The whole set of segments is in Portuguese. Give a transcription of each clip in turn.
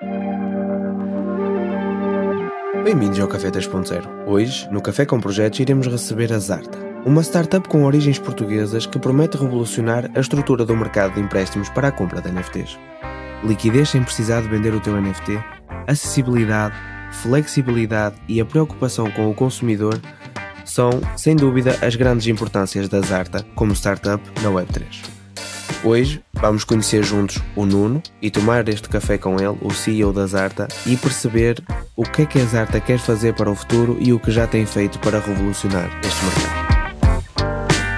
Bem-vindos ao Café 3.0. Hoje, no Café com Projetos, iremos receber a Zarta, uma startup com origens portuguesas que promete revolucionar a estrutura do mercado de empréstimos para a compra de NFTs. Liquidez sem precisar de vender o teu NFT, acessibilidade, flexibilidade e a preocupação com o consumidor são, sem dúvida, as grandes importâncias da Zarta como startup na Web3. Hoje vamos conhecer juntos o Nuno e tomar este café com ele, o CEO da Zarta, e perceber o que a Zarta quer fazer para o futuro e o que já tem feito para revolucionar este mercado.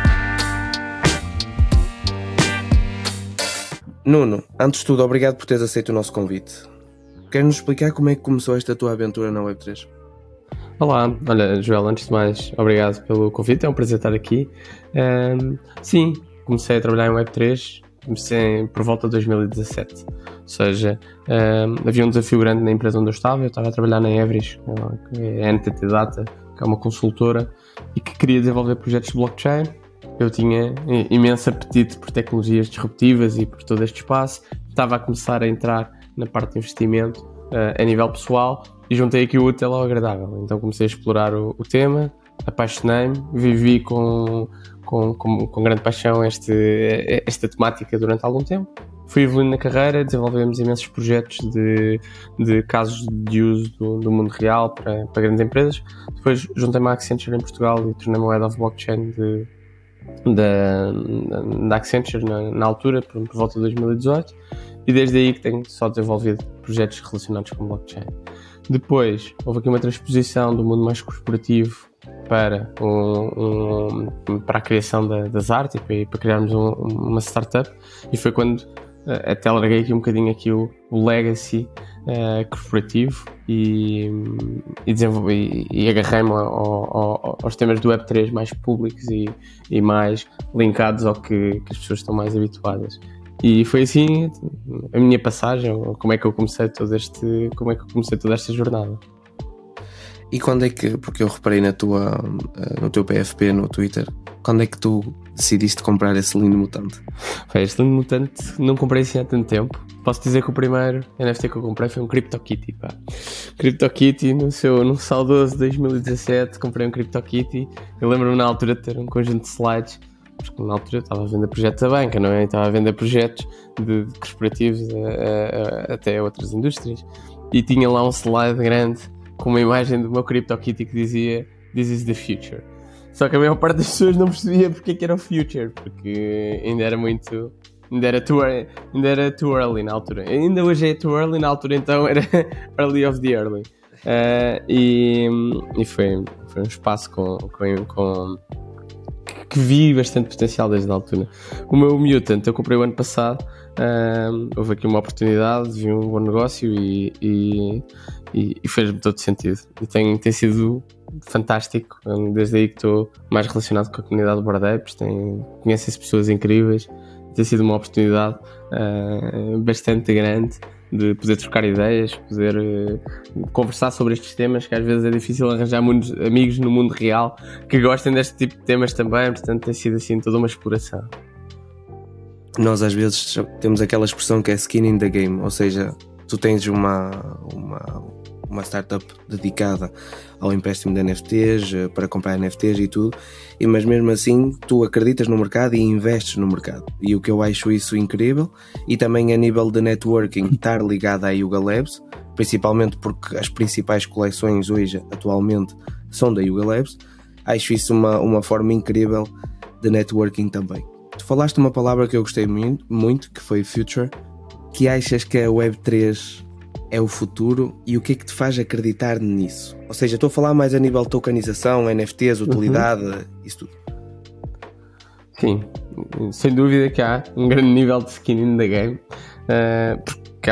Nuno, antes de tudo, obrigado por teres aceito o nosso convite. Queres-nos explicar como é que começou esta tua aventura na Web3? Olá, olha Joel, antes de mais, obrigado pelo convite, é um prazer estar aqui. Sim, comecei a trabalhar em Web3, comecei por volta de 2017, ou seja, havia um desafio grande na empresa onde eu estava a trabalhar na Evris, que é a NTT Data, que é uma consultora, e que queria desenvolver projetos de blockchain. Eu tinha imenso apetite por tecnologias disruptivas e por todo este espaço, estava a começar a entrar na parte de investimento a nível pessoal e juntei aqui o útil ao agradável, então comecei a explorar o tema, apaixonei-me, vivi com grande paixão esta temática durante algum tempo. Fui evoluindo na carreira, desenvolvemos imensos projetos de casos de uso do mundo real para grandes empresas. Depois juntei-me à Accenture em Portugal e tornei-me o Head of Blockchain da Accenture na altura, por volta de 2018, e desde aí que tenho só desenvolvido projetos relacionados com blockchain. Depois houve aqui uma transposição do mundo mais corporativo para a criação das artes e para criarmos uma startup, e foi quando até larguei aqui um bocadinho aqui o legacy corporativo e agarrei-me aos temas do Web3 mais públicos e mais linkados ao que as pessoas estão mais habituadas. E foi assim a minha passagem, como é que eu comecei toda esta jornada. E quando é que, porque eu reparei no teu PFP, no Twitter, quando é que tu decidiste comprar esse lindo mutante? Este lindo mutante não comprei assim há tanto tempo. Posso dizer que o primeiro NFT que eu comprei foi um CryptoKitty, pá. CryptoKitty, no saudoso 2017, comprei um CryptoKitty. Eu lembro-me na altura de ter um conjunto de slides, porque na altura eu estava a vender projetos da banca, não é? Estava a vender projetos de corporativos até outras indústrias. E tinha lá um slide grande com uma imagem do meu CryptoKitty que dizia "This is the future". Só que a maior parte das pessoas não percebia porque que era o future, porque ainda era too early na altura. Ainda hoje é too early, na altura então era early of the early. E foi um espaço que vi bastante potencial desde a altura. O meu Mutant eu comprei o ano passado. Houve aqui uma oportunidade, vi um bom negócio e fez-me todo sentido. E tem sido fantástico, desde aí que estou mais relacionado com a comunidade de Bored Apes, conhecem-se pessoas incríveis, tem sido uma oportunidade bastante grande de poder trocar ideias, poder conversar sobre estes temas, que às vezes é difícil arranjar muitos amigos no mundo real que gostem deste tipo de temas também, portanto tem sido assim toda uma exploração. Nós às vezes temos aquela expressão que é skin in the game, ou seja, tu tens uma startup dedicada ao empréstimo de NFTs, para comprar NFTs e tudo, mas mesmo assim tu acreditas no mercado e investes no mercado, e o que eu acho isso incrível, e também a nível de networking estar ligado à Yuga Labs, principalmente porque as principais coleções hoje atualmente são da Yuga Labs, acho isso uma forma incrível de networking também. Tu falaste uma palavra que eu gostei muito, que foi future. Que achas que a Web3 é o futuro e o que é que te faz acreditar nisso? Ou seja, estou a falar mais a nível de tokenização, NFTs, utilidade, isso tudo. Sim, sem dúvida que há um grande nível de skin in the game, porque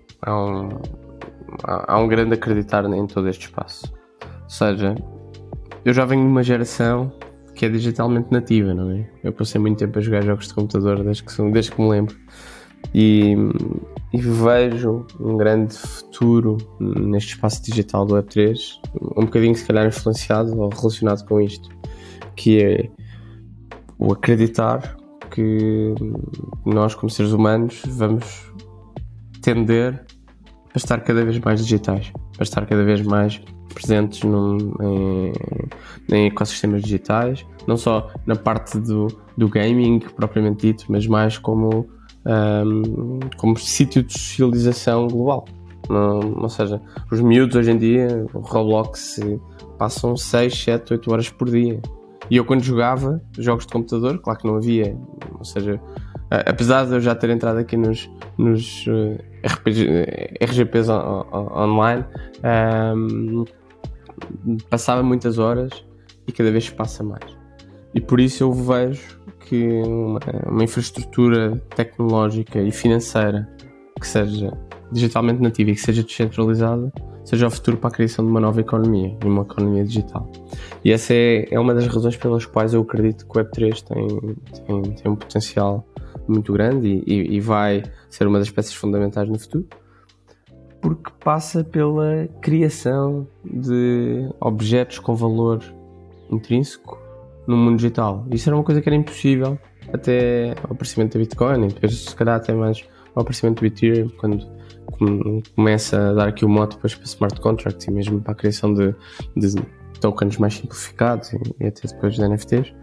há um grande acreditar em todo este espaço. Ou seja, eu já venho de uma geração que é digitalmente nativa, não é? Eu passei muito tempo a jogar jogos de computador desde que me lembro, e vejo um grande futuro neste espaço digital do Web3, um bocadinho se calhar influenciado ou relacionado com isto, que é o acreditar que nós como seres humanos vamos tender para estar cada vez mais digitais, para estar cada vez mais presentes em ecossistemas digitais, não só na parte do gaming propriamente dito, mas mais como sítio de socialização global. Ou seja, os miúdos hoje em dia, o Roblox, passam 6, 7, 8 horas por dia. E eu, quando jogava jogos de computador, claro que não havia, ou seja, apesar de eu já ter entrado aqui nos RGPs online, passava muitas horas e cada vez passa mais. E por isso eu vejo que uma infraestrutura tecnológica e financeira que seja digitalmente nativa e que seja descentralizada seja o futuro para a criação de uma nova economia e uma economia digital. E essa é uma das razões pelas quais eu acredito que o Web3 tem um potencial muito grande e vai ser uma das peças fundamentais no futuro, porque passa pela criação de objetos com valor intrínseco no mundo digital. Isso era uma coisa que era impossível até o aparecimento da Bitcoin, e depois se calhar até mais o aparecimento do Ethereum, quando começa a dar aqui o mote depois para smart contracts e mesmo para a criação de tokens mais simplificados e até depois de NFTs.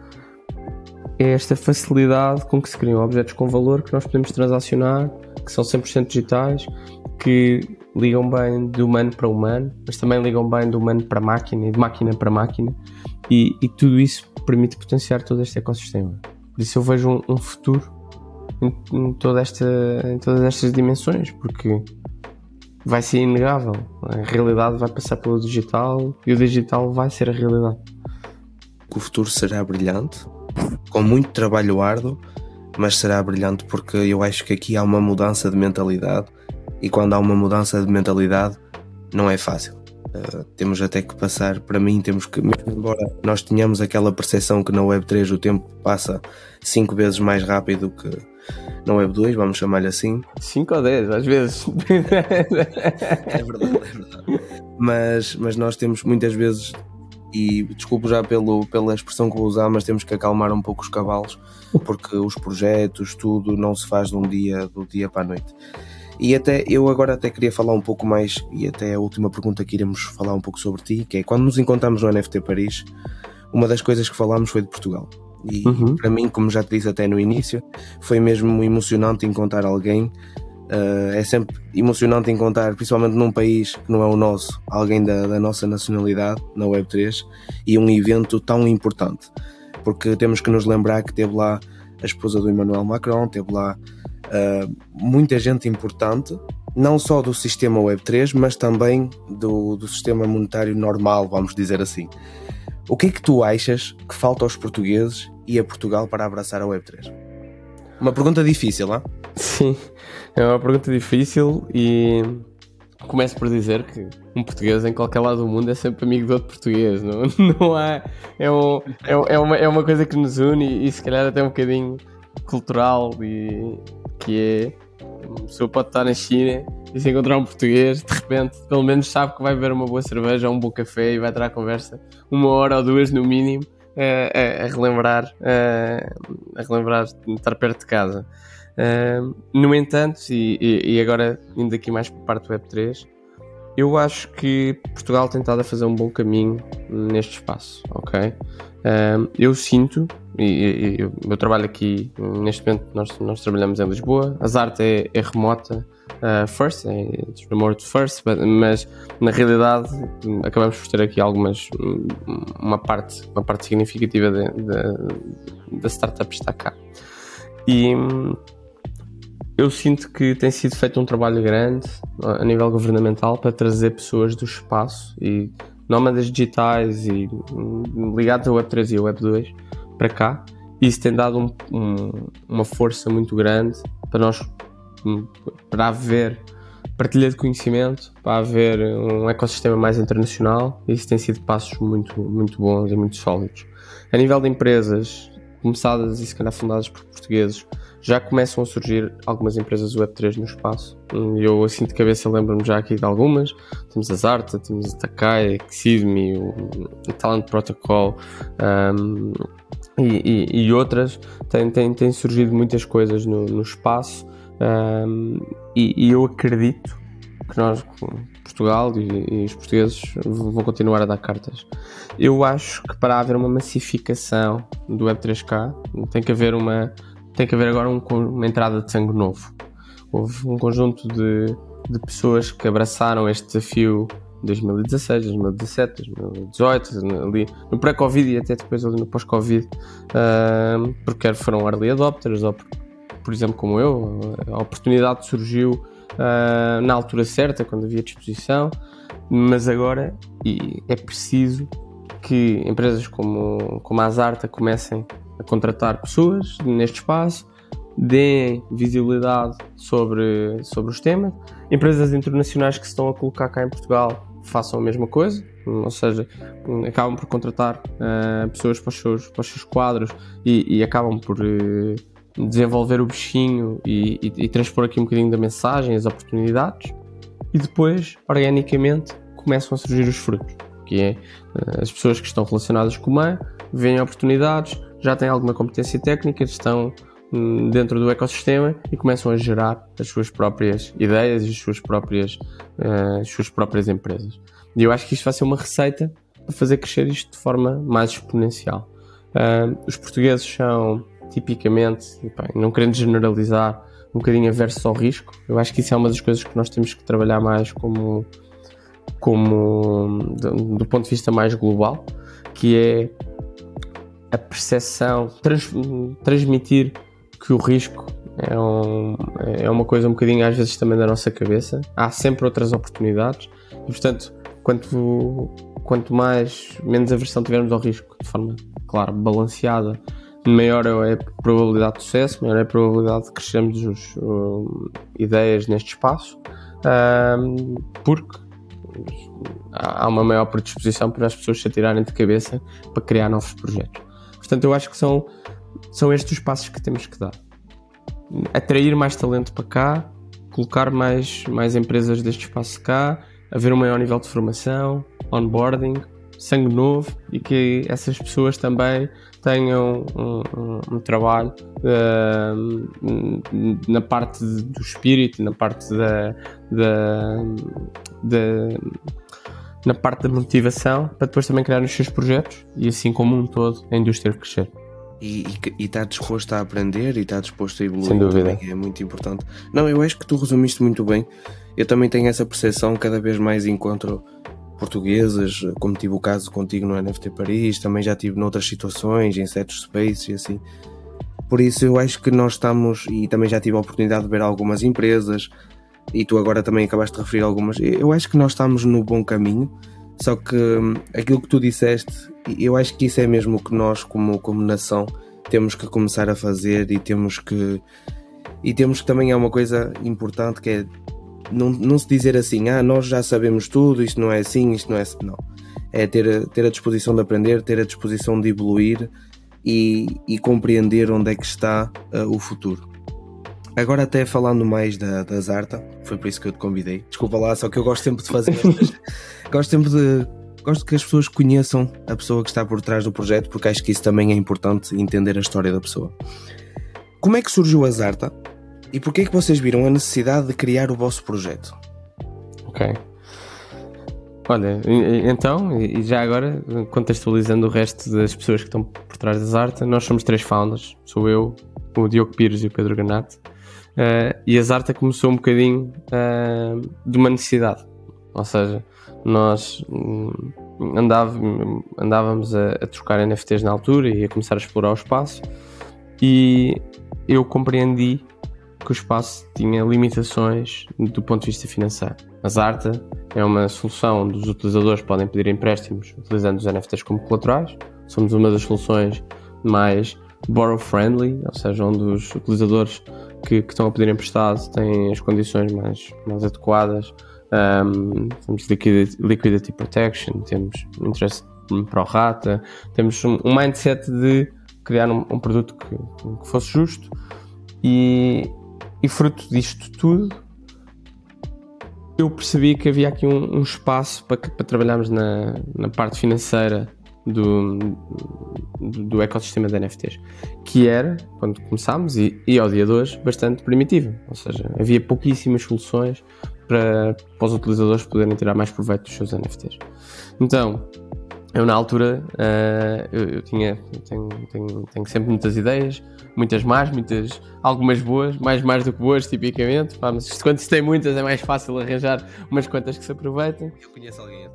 É esta facilidade com que se criam objetos com valor que nós podemos transacionar, que são 100% digitais, que ligam bem de humano para humano, mas também ligam bem de humano para máquina e de máquina para máquina, e tudo isso permite potenciar todo este ecossistema. Por isso eu vejo um futuro em todas estas dimensões, porque vai ser inegável. A realidade vai passar pelo digital e o digital vai ser a realidade. O futuro será brilhante, com muito trabalho árduo, mas será brilhante porque eu acho que aqui há uma mudança de mentalidade, e quando há uma mudança de mentalidade não é fácil. Temos até que passar, para mim, temos que, mesmo embora nós tenhamos aquela percepção que na Web3 o tempo passa 5 vezes mais rápido que na Web2, vamos chamar-lhe assim. 5 ou 10, às vezes. É verdade. Mas nós temos muitas vezes, e desculpo já pela expressão que vou usar, mas temos que acalmar um pouco os cavalos, porque os projetos, tudo não se faz do dia para a noite. E eu agora até queria falar um pouco mais, e até a última pergunta que iremos falar um pouco sobre ti, que é, quando nos encontramos no NFT Paris, uma das coisas que falámos foi de Portugal. E para mim, como já te disse até no início, foi mesmo emocionante encontrar alguém. É sempre emocionante encontrar, principalmente num país que não é o nosso, alguém da nossa nacionalidade na Web3, e um evento tão importante, porque temos que nos lembrar que teve lá a esposa do Emmanuel Macron, teve lá muita gente importante, não só do sistema Web3, mas também do sistema monetário normal, vamos dizer assim. O que é que tu achas que falta aos portugueses e a Portugal para abraçar a Web3? Uma pergunta difícil, não? Sim, é uma pergunta difícil, e começo por dizer que um português em qualquer lado do mundo é sempre amigo de outro português, não há, é uma coisa que nos une, e se calhar até um bocadinho cultural, e que é, uma pessoa pode estar na China e se encontrar um português, de repente pelo menos sabe que vai beber uma boa cerveja ou um bom café e vai ter a conversa 1 hora ou 2 no mínimo, a relembrar estar perto de casa. No entanto, e agora indo aqui mais para a parte do Web3, eu acho que Portugal tem estado a fazer um bom caminho neste espaço, ok? Eu sinto, e eu trabalho aqui, neste momento nós trabalhamos em Lisboa, a Zarte é remota, first, é remote first, mas na realidade acabamos por ter aqui uma parte significativa da startup está cá. E eu sinto que tem sido feito um trabalho grande a nível governamental para trazer pessoas do espaço e nómadas digitais e ligados ao Web3 e ao Web2 para cá, e isso tem dado uma força muito grande para haver partilha de conhecimento, para haver um ecossistema mais internacional, e isso tem sido passos muito, muito bons e muito sólidos. A nível de empresas começadas e se calhar fundadas por portugueses, já começam a surgir algumas empresas Web3 no espaço. Eu assim de cabeça lembro-me já aqui de algumas. Temos a Zarta, temos a Takai, a Xidme, o Talent Protocol, e outras. Tem surgido muitas coisas no espaço, e eu acredito Portugal e os portugueses vão continuar a dar cartas. Eu acho que para haver uma massificação do Web3K tem que haver agora uma entrada de sangue novo. Houve um conjunto de pessoas que abraçaram este desafio em 2016, 2017, 2018, ali no pré-Covid e até depois ali no pós-Covid, porque quer foram early adopters ou por exemplo como eu, a oportunidade surgiu na altura certa, quando havia disposição, mas agora é preciso que empresas como a Zarta comecem a contratar pessoas neste espaço, deem visibilidade sobre os temas. Empresas internacionais que se estão a colocar cá em Portugal façam a mesma coisa, ou seja, acabam por contratar pessoas para os seus quadros e acabam por desenvolver o bichinho e transpor aqui um bocadinho da mensagem, as oportunidades, e depois, organicamente, começam a surgir os frutos, que é as pessoas que estão relacionadas com o meio, veem oportunidades, já têm alguma competência técnica, estão dentro do ecossistema e começam a gerar as suas próprias ideias e as suas próprias empresas. E eu acho que isto vai ser uma receita para fazer crescer isto de forma mais exponencial. Os portugueses são tipicamente, não querendo generalizar, um bocadinho aversos ao risco. Eu acho que isso é uma das coisas que nós temos que trabalhar mais como do ponto de vista mais global, que é a percepção, transmitir que o risco é uma coisa um bocadinho às vezes também da nossa cabeça. Há sempre outras oportunidades e, portanto, quanto menos aversão tivermos ao risco, de forma, claro, balanceada, maior é a probabilidade de sucesso, maior é a probabilidade de crescermos ideias neste espaço, porque há uma maior predisposição para as pessoas se atirarem de cabeça para criar novos projetos. Portanto, eu acho que são estes os passos que temos que dar. Atrair mais talento para cá, colocar mais empresas deste espaço cá, haver um maior nível de formação, onboarding, sangue novo, e que essas pessoas também tenham um trabalho na parte do espírito, na parte na parte da motivação, para depois também criar os seus projetos e assim como um todo a indústria crescer. E estar disposto a aprender e estar disposto a evoluir. Sem dúvida. Também é muito importante. Não, eu acho que tu resumiste muito bem. Eu também tenho essa percepção, cada vez mais encontro portuguesas, como tive o caso contigo no NFT Paris, também já tive noutras situações, em certos spaces e assim. Por isso eu acho que nós estamos, e também já tive a oportunidade de ver algumas empresas, e tu agora também acabaste de referir algumas, eu acho que nós estamos no bom caminho, só que aquilo que tu disseste, eu acho que isso é mesmo o que nós como nação temos que começar a fazer, e temos que também é uma coisa importante, que é não se dizer assim, nós já sabemos tudo, isto não é assim, isto não é assim. Não, é ter a disposição de aprender, ter a disposição de evoluir e compreender onde é que está o futuro. Agora, até falando mais da Zarta, foi por isso que eu te convidei, desculpa lá, só que eu gosto sempre de fazer gosto que as pessoas conheçam a pessoa que está por trás do projeto, porque acho que isso também é importante, entender a história da pessoa. Como é que surgiu a Zarta? E porquê é que vocês viram a necessidade de criar o vosso projeto? Ok. Olha, então, e já agora, contextualizando o resto das pessoas que estão por trás da Zarta, nós somos 3 founders. Sou eu, o Diogo Pires e o Pedro Granato. E a Zarta começou um bocadinho de uma necessidade. Ou seja, nós andávamos a trocar NFTs na altura e a começar a explorar o espaço. E eu compreendi que o espaço tinha limitações do ponto de vista financeiro. A Zarta é uma solução onde os utilizadores podem pedir empréstimos utilizando os NFTs como colaterais. Somos uma das soluções mais borrow-friendly, ou seja, onde os utilizadores que estão a pedir emprestado têm as condições mais adequadas. Temos liquidity protection, temos interest pro rata, temos um mindset de criar um produto que fosse justo. E fruto disto tudo, eu percebi que havia aqui um espaço para trabalharmos na parte financeira do ecossistema de NFTs, que era, quando começámos, e ao dia de hoje, bastante primitivo. Ou seja, havia pouquíssimas soluções para os utilizadores poderem tirar mais proveito dos seus NFTs. Então, eu na altura eu tenho sempre muitas ideias, algumas boas, mais do que boas, tipicamente. Pá, mas quando se tem muitas é mais fácil arranjar umas quantas que se aproveitem. Eu conheço alguém.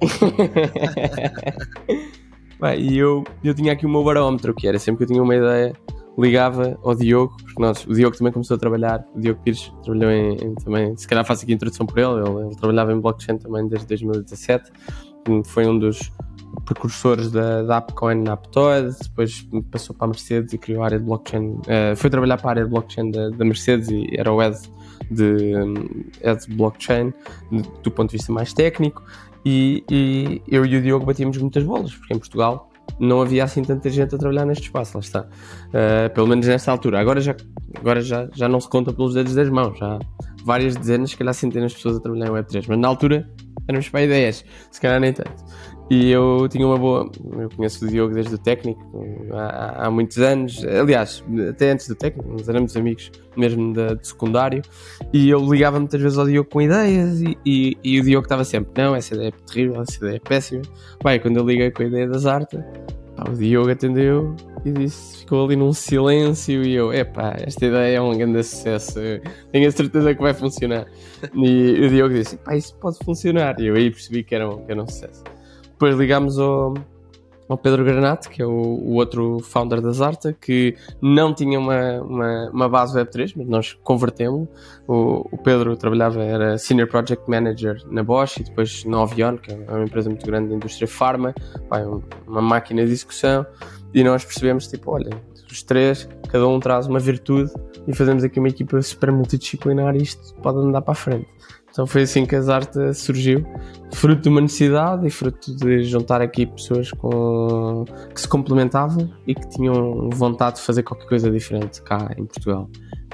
E eu tinha aqui o meu barómetro, que era sempre que eu tinha uma ideia, ligava ao Diogo, porque o Diogo também começou a trabalhar, o Diogo Pires trabalhou também, se calhar faço aqui a introdução por ele trabalhava em blockchain também desde 2017, foi um dos precursores da AppCoin na Aptoide, depois passou para a Mercedes e criou a área de blockchain, foi trabalhar para a área de blockchain da Mercedes e era o head de blockchain do ponto de vista mais técnico, e eu e o Diogo batíamos muitas bolas, porque em Portugal não havia assim tanta gente a trabalhar neste espaço, lá está, pelo menos nesta altura. Agora já não se conta pelos dedos das mãos, já há várias dezenas, se calhar centenas de pessoas a trabalhar em Web3, mas na altura éramos para ideias, se calhar nem tanto. E eu tinha eu conheço o Diogo desde o técnico, há muitos anos, aliás, até antes do técnico, nós éramos amigos mesmo de secundário, e eu ligava muitas vezes ao Diogo com ideias, e o Diogo estava sempre, não, essa ideia é terrível, essa ideia é péssima. Quando eu liguei com a ideia das artes, o Diogo atendeu e disse, ficou ali num silêncio, e eu, esta ideia é um grande sucesso, tenho a certeza que vai funcionar. E o Diogo disse, isso pode funcionar, e eu aí percebi que era um sucesso. Depois ligámos ao Pedro Granato, que é o outro founder da Zarta, que não tinha uma base Web3, mas nós convertemos. O Pedro era Senior Project Manager na Bosch e depois na Ovion, que é uma empresa muito grande da indústria farma, uma máquina de execução, e nós percebemos, olha, os três, cada um traz uma virtude e fazemos aqui uma equipa super multidisciplinar e isto pode andar para a frente. Então foi assim que a Zarta surgiu, fruto de uma necessidade e fruto de juntar aqui pessoas que se complementavam e que tinham vontade de fazer qualquer coisa diferente cá em Portugal.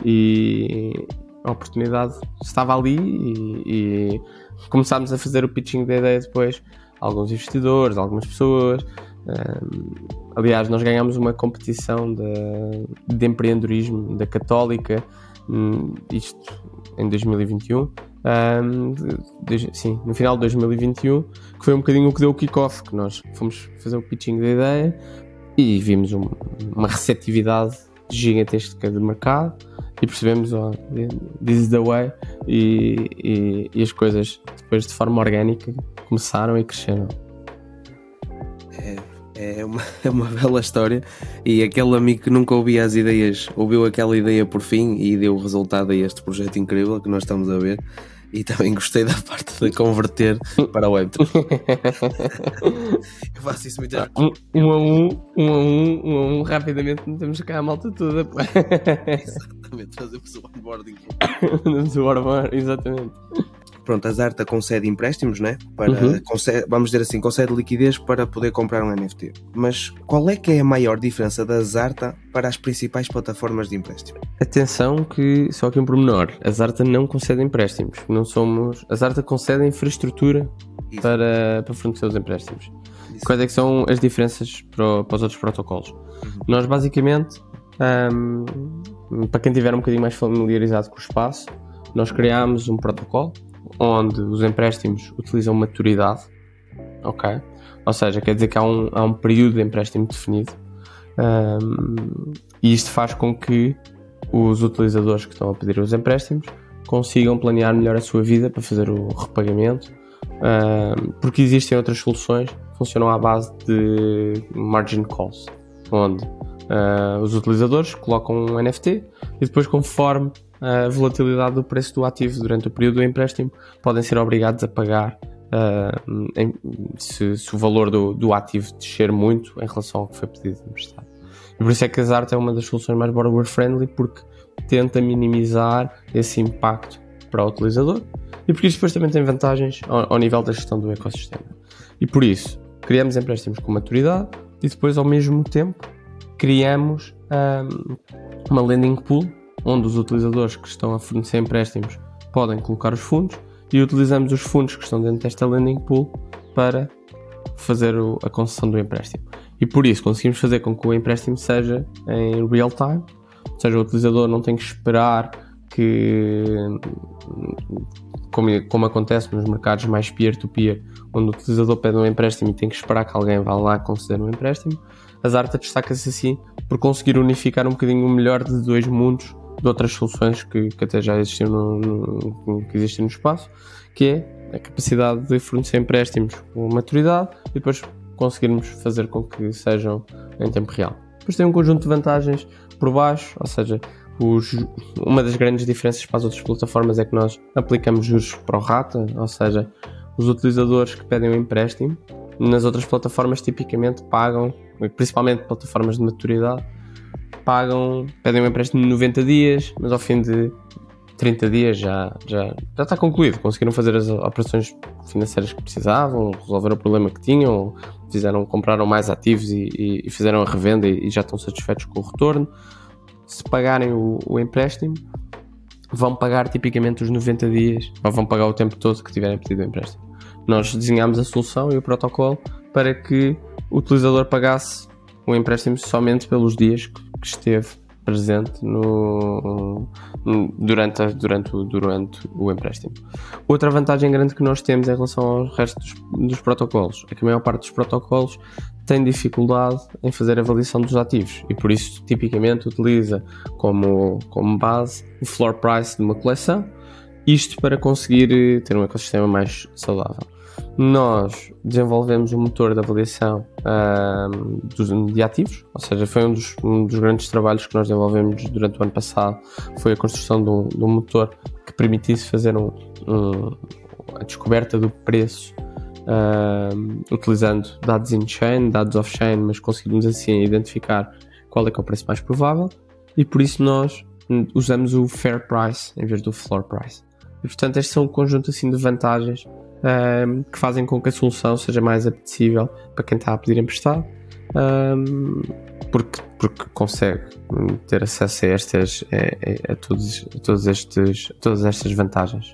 E a oportunidade estava ali e começámos a fazer o pitching da ideia depois a alguns investidores, a algumas pessoas. Aliás, nós ganhámos uma competição de empreendedorismo da Católica, isto em 2021. No final de 2021, que foi um bocadinho o que deu o kick-off, que nós fomos fazer o pitching da ideia e vimos uma receptividade gigantesca de mercado e percebemos, this is the way, e as coisas depois de forma orgânica começaram e cresceram. É uma bela história, e aquele amigo que nunca ouvia as ideias ouviu aquela ideia por fim e deu o resultado a este projeto incrível que nós estamos a ver. E também gostei da parte de converter para a Web3. Eu faço isso muitas vezes. Um a um, rapidamente metemos cá a malta toda. Exatamente, fazemos o onboarding. Exatamente. Pronto, a Zarta concede empréstimos, né? Vamos dizer assim, concede liquidez para poder comprar um NFT. Mas qual é que é a maior diferença da Zarta para as principais plataformas de empréstimo? Atenção que, só aqui um pormenor, a Zarta não concede empréstimos. A Zarta concede infraestrutura para fornecer os empréstimos. Isso. Quais é que são as diferenças para os outros protocolos? Nós basicamente, para quem estiver um bocadinho mais familiarizado com o espaço, nós criámos um protocolo onde os empréstimos utilizam maturidade, ok? Ou seja, quer dizer que há um período de empréstimo definido, e isto faz com que os utilizadores que estão a pedir os empréstimos consigam planear melhor a sua vida para fazer o repagamento, porque existem outras soluções que funcionam à base de margin calls, onde os utilizadores colocam um NFT e depois, conforme a volatilidade do preço do ativo durante o período do empréstimo, podem ser obrigados a pagar se o valor do ativo descer muito em relação ao que foi pedido emprestado. E por isso é que a Zarta é uma das soluções mais borrower friendly, porque tenta minimizar esse impacto para o utilizador e porque isso depois também tem vantagens ao nível da gestão do ecossistema. E por isso criamos empréstimos com maturidade e depois, ao mesmo tempo, criamos uma lending pool onde os utilizadores que estão a fornecer empréstimos podem colocar os fundos, e utilizamos os fundos que estão dentro desta lending pool para fazer a concessão do empréstimo. E por isso conseguimos fazer com que o empréstimo seja em real time, ou seja, o utilizador não tem que esperar que como acontece nos mercados mais peer-to-peer, onde o utilizador pede um empréstimo e tem que esperar que alguém vá lá conceder um empréstimo, a Zarta destaca-se assim por conseguir unificar um bocadinho o melhor de dois mundos de outras soluções que até já existiam que existem no espaço, que é a capacidade de fornecer empréstimos com maturidade e depois conseguirmos fazer com que sejam em tempo real. Depois tem um conjunto de vantagens por baixo, ou seja, uma das grandes diferenças para as outras plataformas é que nós aplicamos juros pro rata, ou seja, os utilizadores que pedem um empréstimo nas outras plataformas tipicamente pagam, principalmente plataformas de maturidade, pedem um empréstimo de 90 dias, mas ao fim de 30 dias já está concluído, conseguiram fazer as operações financeiras que precisavam, resolver o problema que tinham, compraram mais ativos e fizeram a revenda e já estão satisfeitos com o retorno. Se pagarem o empréstimo, vão pagar tipicamente os 90 dias, ou vão pagar o tempo todo que tiverem pedido o empréstimo. Nós desenhámos a solução e o protocolo para que o utilizador pagasse o empréstimo somente pelos dias que esteve presente durante o empréstimo. Outra vantagem grande que nós temos em relação ao resto dos protocolos é que a maior parte dos protocolos tem dificuldade em fazer a avaliação dos ativos e por isso tipicamente utiliza como base o floor price de uma coleção, isto para conseguir ter um ecossistema mais saudável. Nós desenvolvemos um motor de avaliação de ativos, ou seja, foi um dos grandes trabalhos que nós desenvolvemos durante o ano passado, foi a construção de um motor que permitisse fazer a descoberta do preço utilizando dados in-chain, dados off-chain, mas conseguimos assim identificar qual é que é o preço mais provável e por isso nós usamos o fair price em vez do floor price. E portanto este são um conjunto assim de vantagens que fazem com que a solução seja mais apetecível para quem está a pedir emprestado, porque consegue ter acesso a todas estas vantagens.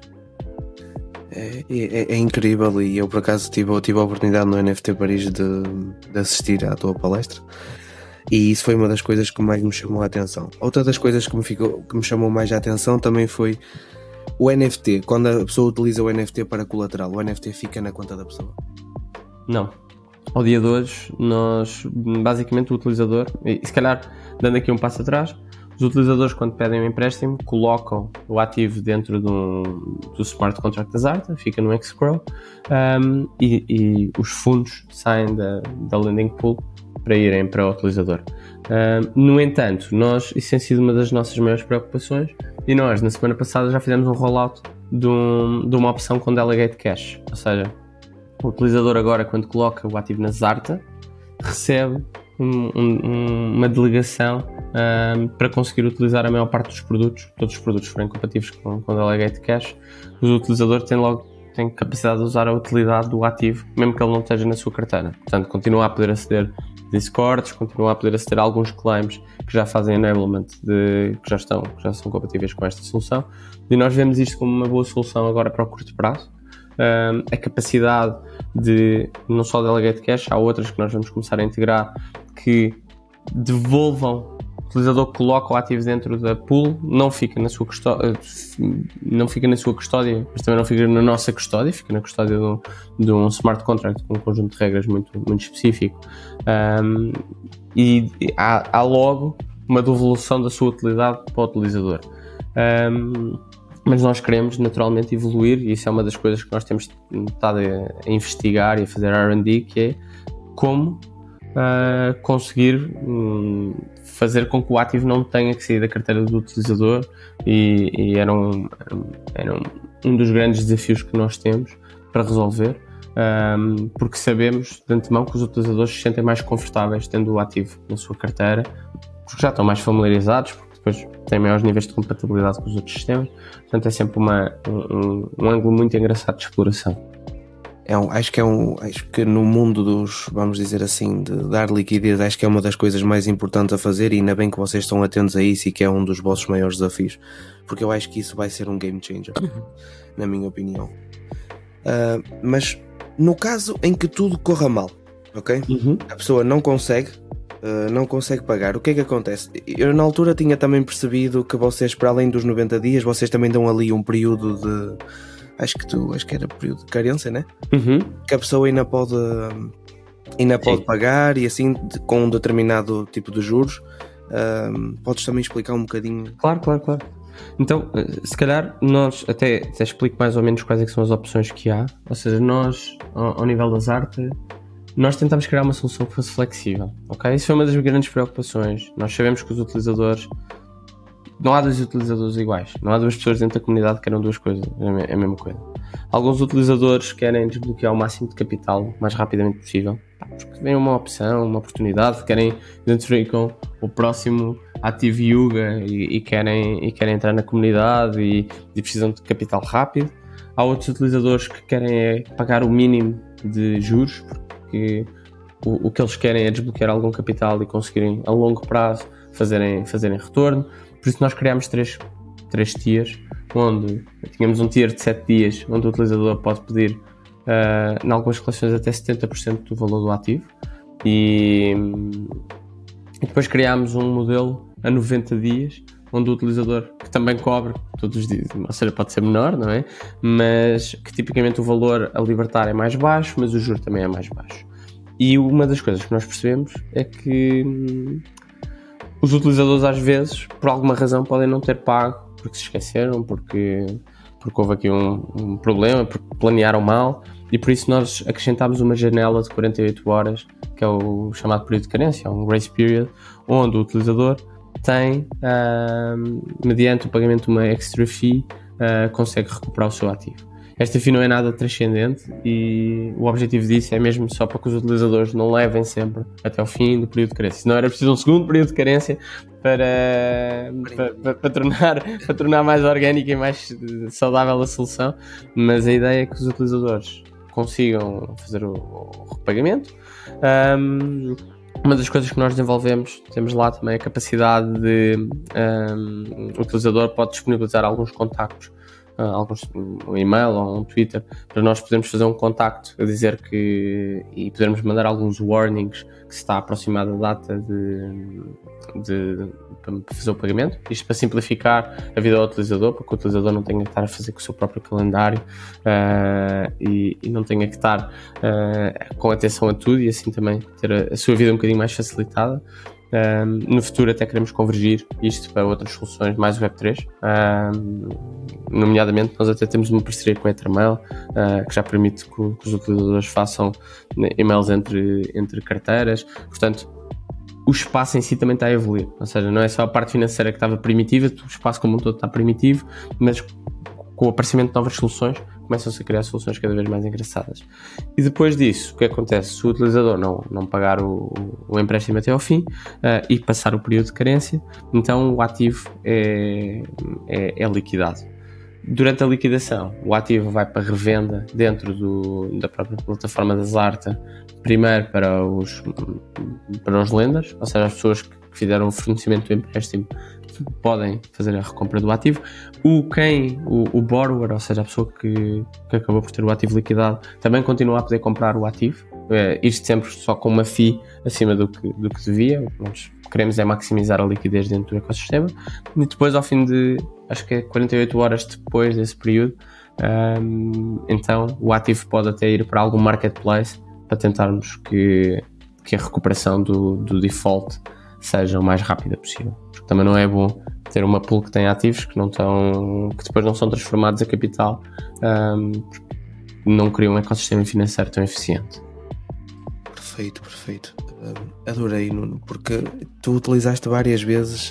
É incrível e eu por acaso tive a oportunidade no NFT Paris de assistir à tua palestra e isso foi uma das coisas que mais me chamou a atenção. Outra das coisas que me chamou mais a atenção também foi o NFT. Quando a pessoa utiliza o NFT para colateral, o NFT fica na conta da pessoa? Não. Ao dia de hoje, nós, basicamente o utilizador, e se calhar dando aqui um passo atrás, os utilizadores quando pedem um empréstimo colocam o ativo dentro do smart contract da Zarta, fica no escrow, e os fundos saem da lending pool para irem para o utilizador. No entanto, isso tem sido uma das nossas maiores preocupações e nós na semana passada já fizemos um rollout de uma opção com Delegate Cash, ou seja, o utilizador agora quando coloca o ativo na Zarta recebe uma delegação para conseguir utilizar a maior parte dos produtos. Todos os produtos forem compatíveis com Delegate Cash, o utilizador tem capacidade de usar a utilidade do ativo mesmo que ele não esteja na sua carteira, portanto continua a poder aceder Discords, continua a poder aceder a alguns claims que já fazem enablement, que já são compatíveis com esta solução e nós vemos isto como uma boa solução agora para o curto prazo. A capacidade de não só Delegate Cash, há outras que nós vamos começar a integrar que devolvam, o utilizador que coloca o ativo dentro da pool, não fica na sua custódia, mas também não fica na nossa custódia, fica na custódia de um smart contract com um conjunto de regras muito, muito específico, e há logo uma devolução da sua utilidade para o utilizador. Mas nós queremos naturalmente evoluir e isso é uma das coisas que nós temos estado a investigar e a fazer R&D, que é como conseguir fazer com que o ativo não tenha que sair da carteira do utilizador e era um dos grandes desafios que nós temos para resolver, porque sabemos de antemão que os utilizadores se sentem mais confortáveis tendo o ativo na sua carteira, porque já estão mais familiarizados, depois tem maiores níveis de compatibilidade com os outros sistemas, portanto é sempre um ângulo muito engraçado de exploração. Acho que no mundo dos, vamos dizer assim, de dar liquidez, acho que é uma das coisas mais importantes a fazer e ainda bem que vocês estão atentos a isso e que é um dos vossos maiores desafios, porque eu acho que isso vai ser um game changer, na minha opinião. Mas no caso em que tudo corra mal, ok? A pessoa não consegue pagar, o que é que acontece? Eu na altura tinha também percebido que vocês, para além dos 90 dias, vocês também dão ali um período acho que era período de carência, né? Uhum. Que a pessoa ainda pode pagar, e assim com um determinado tipo de juros. Podes também explicar um bocadinho? Claro. Então, se calhar nós até explico mais ou menos quais é que são as opções que há. Ou seja, nós, ao nível das artes, nós tentámos criar uma solução que fosse flexível, ok? Isso foi uma das grandes preocupações. Nós sabemos que os utilizadores... Não há dois utilizadores iguais. Não há duas pessoas dentro da comunidade que queiram duas coisas. É a mesma coisa. Alguns utilizadores querem desbloquear o máximo de capital o mais rapidamente possível, porque vem uma opção, uma oportunidade, querem identificar o próximo ativo Yuga e querem entrar na comunidade e precisam de capital rápido. Há outros utilizadores que querem pagar o mínimo de juros, porque o que eles querem é desbloquear algum capital e conseguirem a longo prazo fazerem retorno. Por isso nós criámos três tiers, onde tínhamos um tier de 7 dias, onde o utilizador pode pedir, em algumas coleções, até 70% do valor do ativo. E depois criámos um modelo a 90 dias, onde o utilizador, que também cobra todos os dias, ou seja, pode ser menor, não é? Mas que tipicamente o valor a libertar é mais baixo, mas o juro também é mais baixo. E uma das coisas que nós percebemos é que os utilizadores às vezes, por alguma razão, podem não ter pago, porque se esqueceram, porque houve aqui um problema, porque planearam mal, e por isso nós acrescentámos uma janela de 48 horas, que é o chamado período de carência, um grace period, onde o utilizador tem, mediante o pagamento de uma extra fee, consegue recuperar o seu ativo. Esta fee não é nada transcendente e o objetivo disso é mesmo só para que os utilizadores não levem sempre até ao fim do período de carência. Se não, era preciso um segundo período de carência para tornar mais orgânica e mais saudável a solução, mas a ideia é que os utilizadores consigam fazer o repagamento. Uma das coisas que nós desenvolvemos, temos lá também a capacidade de o utilizador pode disponibilizar alguns contactos, um e-mail ou um Twitter, para nós podermos fazer um contacto a dizer que, e podermos mandar alguns warnings que se está aproximada a data para fazer o pagamento. Isto para simplificar a vida ao utilizador, para que o utilizador não tenha que estar a fazer com o seu próprio calendário e não tenha que estar com atenção a tudo, e assim também ter a sua vida um bocadinho mais facilitada. No futuro até queremos convergir isto para outras soluções mais Web3, nomeadamente nós até temos uma parceria com a Ethermail, que já permite que os utilizadores façam e-mails entre carteiras. Portanto, o espaço em si também está a evoluir, ou seja, não é só a parte financeira que estava primitiva, o espaço como um todo está primitivo, mas com o aparecimento de novas soluções começam-se a criar soluções cada vez mais engraçadas. E depois disso, o que acontece? Se o utilizador não pagar o empréstimo até ao fim e passar o período de carência, então o ativo é liquidado. Durante a liquidação, o ativo vai para revenda dentro da própria plataforma da Zarta, primeiro para os lenders, ou seja, as pessoas que fizeram o fornecimento do empréstimo podem fazer a recompra do ativo. O borrower, ou seja, a pessoa que acabou por ter o ativo liquidado, também continua a poder comprar o ativo, isto sempre só com uma fee acima do que devia. O que nós queremos é maximizar a liquidez dentro do ecossistema, e depois, ao fim de, acho que é 48 horas depois desse período, então o ativo pode até ir para algum marketplace para tentarmos que a recuperação do default seja o mais rápida possível, porque também não é bom ter uma pool que tem ativos que depois não são transformados a capital, porque não cria um ecossistema financeiro tão eficiente. Perfeito. Adorei, Nuno, porque tu utilizaste várias vezes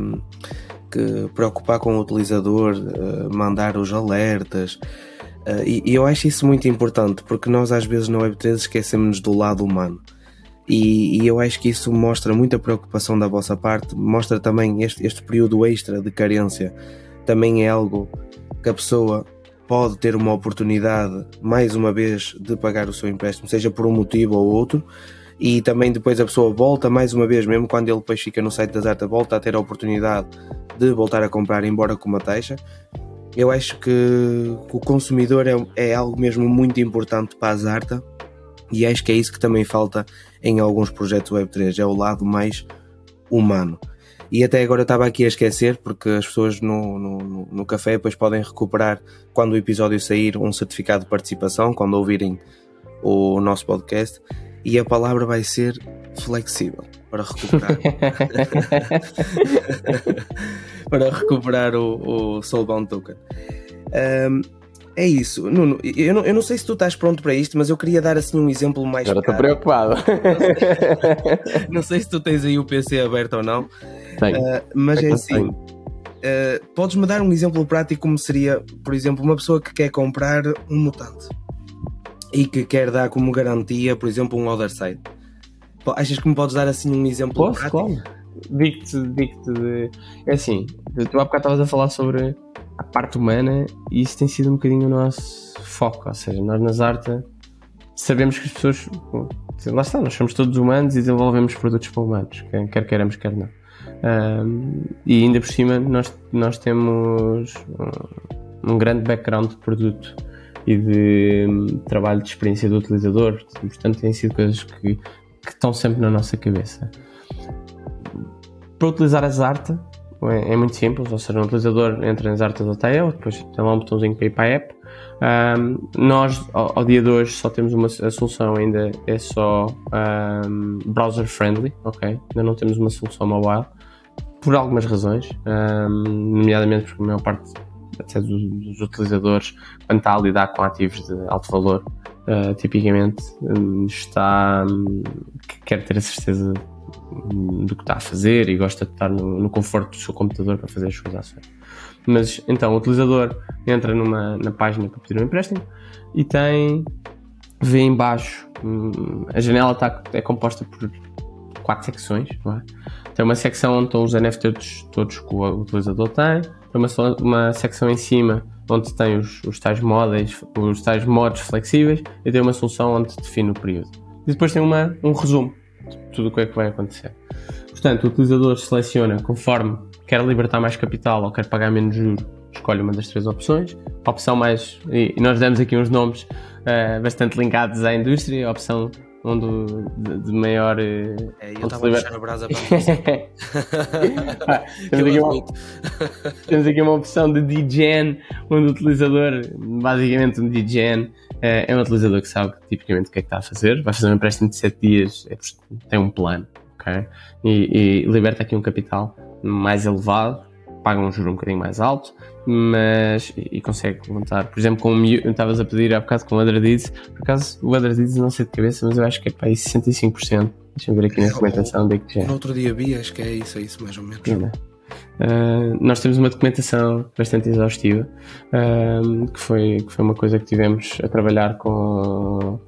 que preocupar com o utilizador, mandar os alertas, e eu acho isso muito importante, porque nós às vezes na Web3 esquecemos do lado humano. E eu acho que isso mostra muita preocupação da vossa parte, mostra também este período extra de carência, também é algo que a pessoa pode ter uma oportunidade, mais uma vez, de pagar o seu empréstimo, seja por um motivo ou outro, e também depois a pessoa volta, mais uma vez, mesmo quando ele depois fica no site da Zarta, volta a ter a oportunidade de voltar a comprar, embora com uma taxa. Eu acho que o consumidor é algo mesmo muito importante para a Zarta, e acho que é isso que também falta em alguns projetos Web3, é o lado mais humano. E até agora eu estava aqui a esquecer, porque as pessoas no café depois podem recuperar, quando o episódio sair, um certificado de participação, quando ouvirem o nosso podcast, e a palavra vai ser flexível, para recuperar para recuperar o Soulbound Token. É isso, Nuno. Eu não sei se tu estás pronto para isto, mas eu queria dar assim um exemplo mais. Agora estou preocupado. Não sei se tu tens aí o PC aberto ou não. Tenho. Mas é assim. Podes-me dar um exemplo prático como seria, por exemplo, uma pessoa que quer comprar um mutante e que quer dar como garantia, por exemplo, um Other Side. Achas que me podes dar assim um exemplo prático? Claro. Digo-te. É assim, tu há bocado estavas a falar sobre a parte humana e isso tem sido um bocadinho o nosso foco. Ou seja, nós na Zarta sabemos que as pessoas. Lá está, nós somos todos humanos e desenvolvemos produtos para humanos, quer queiramos, quer não. E ainda por cima, nós temos um grande background de produto e de trabalho de experiência do utilizador, portanto, têm sido coisas que estão sempre na nossa cabeça. Para utilizar a Zarta é muito simples, ou seja, um utilizador entra em Zarta.io, depois tem lá um botãozinho para ir para a app. Nós, ao dia de hoje, só temos a solução ainda é só browser friendly, ok? Ainda não temos uma solução mobile, por algumas razões, nomeadamente porque a maior parte até dos utilizadores, quando está a lidar com ativos de alto valor, tipicamente quer ter a certeza do que está a fazer e gosta de estar no conforto do seu computador para fazer as suas ações. Mas então o utilizador entra na página para pedir um empréstimo e vê em baixo, a janela é composta por 4 secções, não é? Tem uma secção onde estão os NFTs todos que o utilizador tem uma secção em cima onde tem os tais modos flexíveis e tem uma solução onde define o período. E depois tem um resumo de tudo o que é que vai acontecer. Portanto, o utilizador seleciona conforme quer libertar mais capital ou quer pagar menos juros, escolhe uma das 3 opções. A opção mais... E nós demos aqui uns nomes bastante ligados à indústria. A opção de maior... eu estava a deixar a brasa para temos aqui uma opção de DGen, onde o utilizador, basicamente um DGen, é um utilizador que sabe tipicamente o que é que está a fazer. Vai fazer um empréstimo de 7 dias, tem um plano, ok? E liberta aqui um capital mais elevado, paga um juro um bocadinho mais alto, mas e consegue levantar, por exemplo, com estavas a pedir há bocado com o Adradiz, por acaso o Adradiz não sei de cabeça, mas eu acho que é para aí 65%. Deixa-me ver aqui na documentação de que já. No outro dia vi, acho que é isso mais ou menos. Nós temos uma documentação bastante exaustiva, que foi uma coisa que tivemos a trabalhar com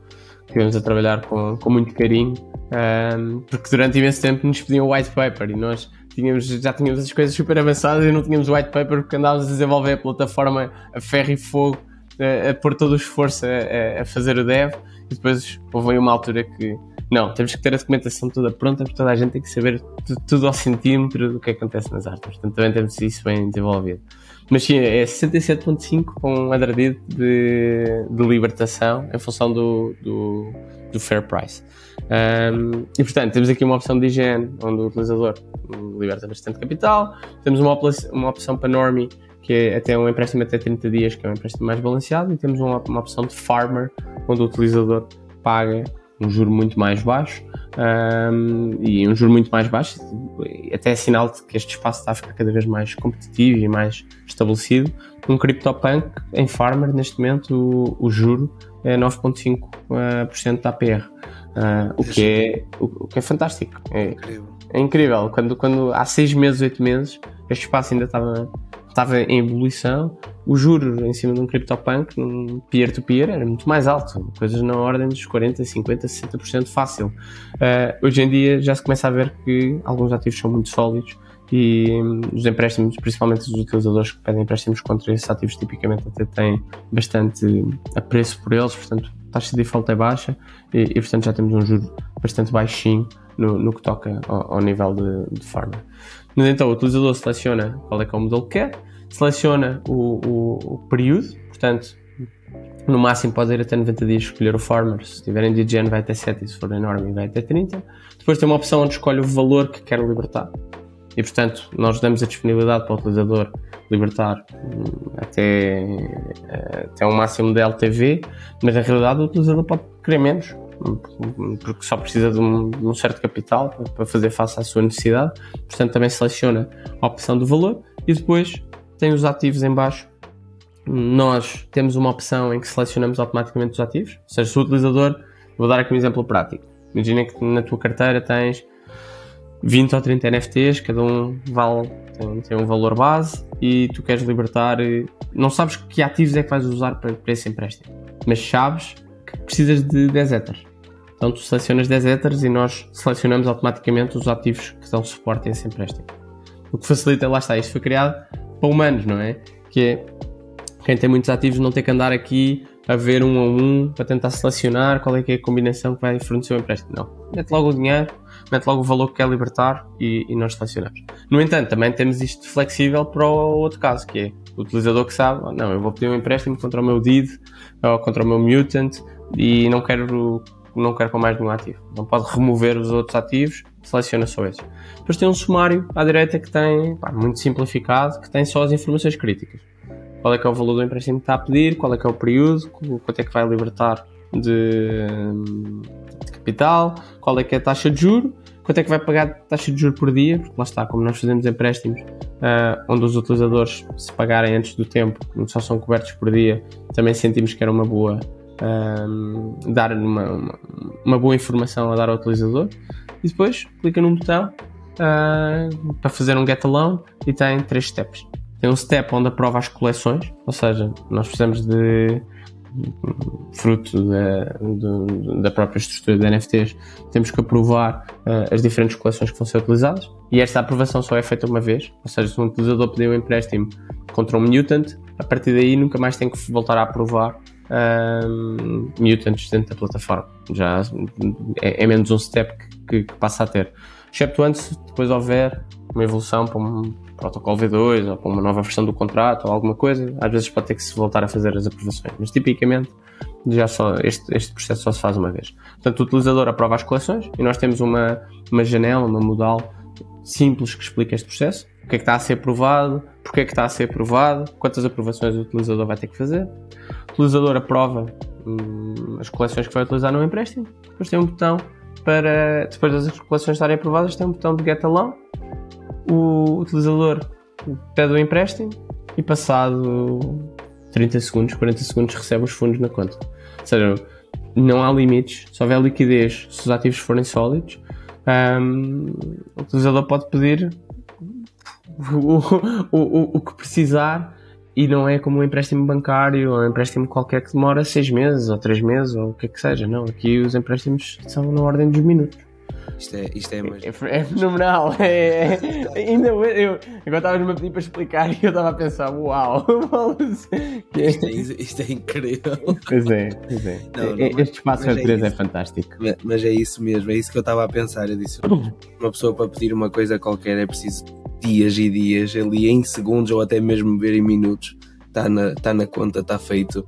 muito carinho, porque durante imenso tempo nos pediam o white paper e nós já tínhamos as coisas super avançadas e não tínhamos white paper porque andávamos a desenvolver a plataforma a ferro e fogo, a pôr todo o esforço a fazer o dev, e depois houve uma altura que não, temos que ter a documentação toda pronta porque toda a gente tem que saber tudo ao centímetro do que acontece nas artes, portanto também temos isso bem desenvolvido. Mas sim, é 67.5 com um adredido de libertação em função do fair price. E portanto temos aqui uma opção de higiene onde o utilizador liberta bastante capital. Temos uma opção para normie, que é até um empréstimo até 30 dias, que é um empréstimo mais balanceado, e temos uma opção de farmer, onde o utilizador paga um juro muito mais baixo, e um juro muito mais baixo até é sinal de que este espaço está a ficar cada vez mais competitivo e mais estabelecido. Um CryptoPunk em farmer, neste momento o juro é 9.5% da APR, o que é fantástico, é incrível. Quando há 6 meses, 8 meses este espaço ainda estava em ebulição, o juro em cima de um CryptoPunk, um peer-to-peer, era muito mais alto, coisas na ordem dos 40%, 50%, 60% fácil. Hoje em dia já se começa a ver que alguns ativos são muito sólidos e os empréstimos, principalmente os utilizadores que pedem empréstimos contra esses ativos, tipicamente até têm bastante apreço por eles, portanto a taxa de default é baixa e portanto já temos um juro bastante baixinho no que toca ao nível de farmer. Mas então o utilizador seleciona qual é que é o modelo que quer, seleciona o período, portanto no máximo pode ir até 90 dias escolher o farmer, se estiver em DGN vai até 7 e se for enorme vai até 30. Depois tem uma opção onde escolhe o valor que quer libertar, E, portanto, nós damos a disponibilidade para o utilizador libertar até um máximo de LTV, mas na realidade o utilizador pode querer menos, porque só precisa de um certo capital para fazer face à sua necessidade. Portanto, também seleciona a opção do valor e depois tem os ativos em baixo. Nós temos uma opção em que selecionamos automaticamente os ativos, ou seja, se o utilizador, vou dar aqui um exemplo prático, imagina que na tua carteira tens 20 ou 30 NFTs, cada um tem um valor base e tu queres libertar, não sabes que ativos é que vais usar para esse empréstimo, mas sabes que precisas de 10 Ethers. Então tu selecionas 10 Ethers e nós selecionamos automaticamente os ativos que dão suporte a esse empréstimo. O que facilita, lá está, isto foi criado para humanos, não é? Que é, quem tem muitos ativos não tem que andar aqui a ver um a um para tentar selecionar qual é que é a combinação que vai fornecer o empréstimo. Não, mete logo o dinheiro, mete logo o valor que quer libertar e nós selecionamos. No entanto, também temos isto flexível para o outro caso, que é o utilizador que sabe, não, eu vou pedir um empréstimo contra o meu DID ou contra o meu Mutant e não quero com mais de um ativo. Não pode remover os outros ativos, seleciona só esses. Depois tem um sumário à direita que tem, muito simplificado, que tem só as informações críticas. Qual é que é o valor do empréstimo que está a pedir, qual é que é o período, quanto é que vai libertar de capital, qual é que é a taxa de juros, quanto é que vai pagar de taxa de juros por dia, porque lá está, como nós fazemos empréstimos onde os utilizadores, se pagarem antes do tempo, só são cobertos por dia, também sentimos que era uma boa dar uma boa informação a dar ao utilizador. E depois clica num botão para fazer um get a loan e tem 3 steps. Tem um step onde aprova as coleções, ou seja, nós precisamos de fruto da própria estrutura de NFTs, temos que aprovar as diferentes coleções que vão ser utilizadas, e esta aprovação só é feita uma vez, ou seja, se um utilizador pedir um empréstimo contra um Mutant, a partir daí nunca mais tem que voltar a aprovar Mutants dentro da plataforma. Já é menos um step que passa a ter. Exceptuando se depois houver uma evolução para um protocolo V2 ou para uma nova versão do contrato ou alguma coisa, às vezes pode ter que se voltar a fazer as aprovações, mas tipicamente já só este processo só se faz uma vez. Portanto, o utilizador aprova as coleções e nós temos uma janela, uma modal simples que explica este processo, o que é que está a ser aprovado, porque é que está a ser aprovado, quantas aprovações o utilizador vai ter que fazer. O utilizador aprova as coleções que vai utilizar no empréstimo, depois tem um botão para, depois das coleções estarem aprovadas, tem um botão de get a loan. O utilizador pede o empréstimo e passado 30 segundos, 40 segundos recebe os fundos na conta. Ou seja, não há limites, se houver liquidez, se os ativos forem sólidos, o utilizador pode pedir o que precisar e não é como um empréstimo bancário ou um empréstimo qualquer que demora 6 meses ou 3 meses ou o que é que seja. Não, aqui os empréstimos são na ordem dos minutos. Isto É fenomenal. Ainda eu agora estavas-me a pedir para explicar e eu estava a pensar, uau, isto é incrível. Pois é. Este espaço Web3 é fantástico. Mas é isso mesmo, é isso que eu estava a pensar. Eu disse, uma pessoa para pedir uma coisa qualquer é preciso dias e dias, ali em segundos ou até mesmo ver em minutos, está na conta, está feito.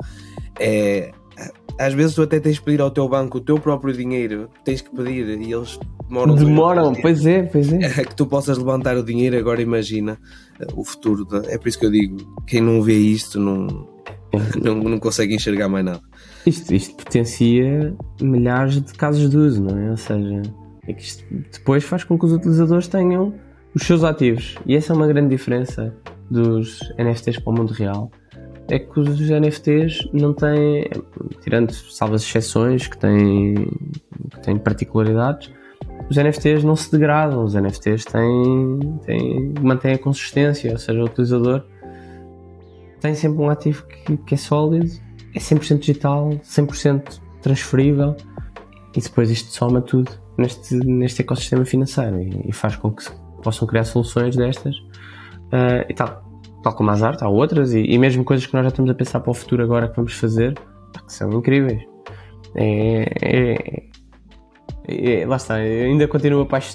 Às vezes tu até tens que pedir ao teu banco o teu próprio dinheiro, tens que pedir e eles demoram, pois é. Que tu possas levantar o dinheiro. Agora imagina o futuro, é por isso que eu digo, quem não vê isto não consegue enxergar mais nada. Isto potencia milhares de casos de uso, não é? Ou seja, é que isto depois faz com que os utilizadores tenham os seus ativos, e essa é uma grande diferença dos NFTs para o mundo real. É que os NFTs não têm, tirando salvas exceções que têm particularidades, os NFTs não se degradam, os NFTs mantêm a consistência, ou seja, o utilizador tem sempre um ativo que é sólido, é 100% digital, 100% transferível, e depois isto soma tudo neste ecossistema financeiro e faz com que se possam criar soluções destas e tal como as artes, há outras e mesmo coisas que nós já estamos a pensar para o futuro agora que vamos fazer, que são incríveis. Lá está, eu ainda continuo apaixonado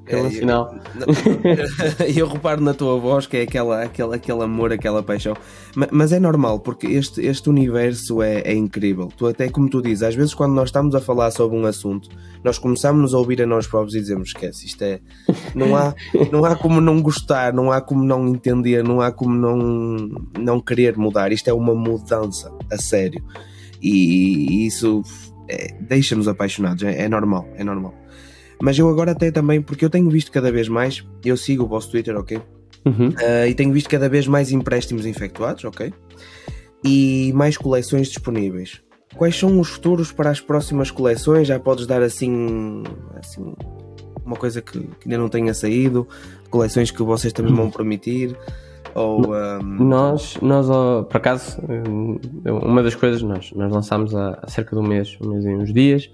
aquele sinal. Eu reparo na tua voz que é aquele amor, aquela paixão. Mas é normal, porque este universo é incrível. Tu, até como tu dizes, às vezes quando nós estamos a falar sobre um assunto, nós começamos a ouvir a nós próprios e dizemos: esquece, isto é. Não há como não gostar, não há como não entender, não há como não querer mudar. Isto é uma mudança, a sério. E isso deixa-nos apaixonados, é normal, é normal. Mas eu agora até também, porque eu tenho visto cada vez mais, eu sigo o vosso Twitter, ok? E tenho visto cada vez mais empréstimos efetuados, ok? E mais coleções disponíveis. Quais são os futuros para as próximas coleções? Já podes dar assim uma coisa que ainda não tenha saído? Coleções que vocês também vão permitir? Ou, Nós, por acaso, uma das coisas, nós lançámos há cerca de um mês e uns dias.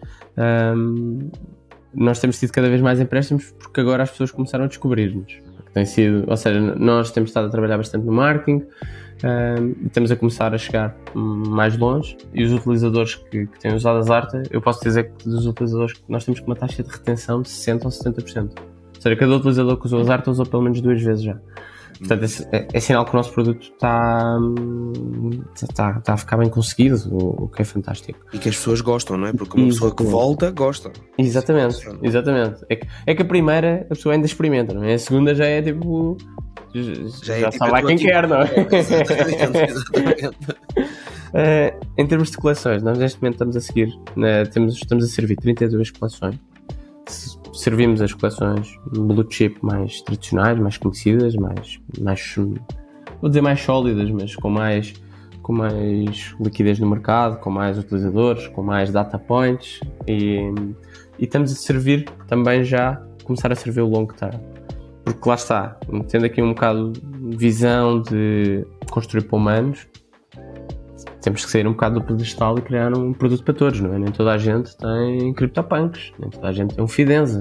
Nós temos tido cada vez mais empréstimos porque agora as pessoas começaram a descobrir-nos. Tem sido, ou seja, nós temos estado a trabalhar bastante no marketing e estamos a começar a chegar mais longe, e os utilizadores que têm usado a Zarta, eu posso dizer que dos utilizadores nós temos uma taxa de retenção de 60% ou 70%. Ou seja, cada utilizador que usou a Zarta usou pelo menos 2 vezes já. Portanto, é sinal que o nosso produto está a ficar bem conseguido, o que é fantástico. E que as pessoas gostam, não é? Porque uma pessoa que volta, gosta. Exatamente. É que a primeira, a pessoa ainda experimenta, não é? A segunda já é tipo... Já sabe lá quem quer, não é? Exatamente. Em termos de coleções, nós neste momento estamos a seguir, estamos a servir 32 coleções. Servimos as coleções blue chip mais tradicionais, mais conhecidas, mais vou dizer mais sólidas, mas com mais liquidez no mercado, com mais utilizadores, com mais data points, e estamos a servir também já, começar a servir o long term, porque lá está, tendo aqui um bocado de visão de construir para humanos, temos que sair um bocado do pedestal e criar um produto para todos, não é? Nem toda a gente tem CryptoPunks, nem toda a gente tem um Fidenza.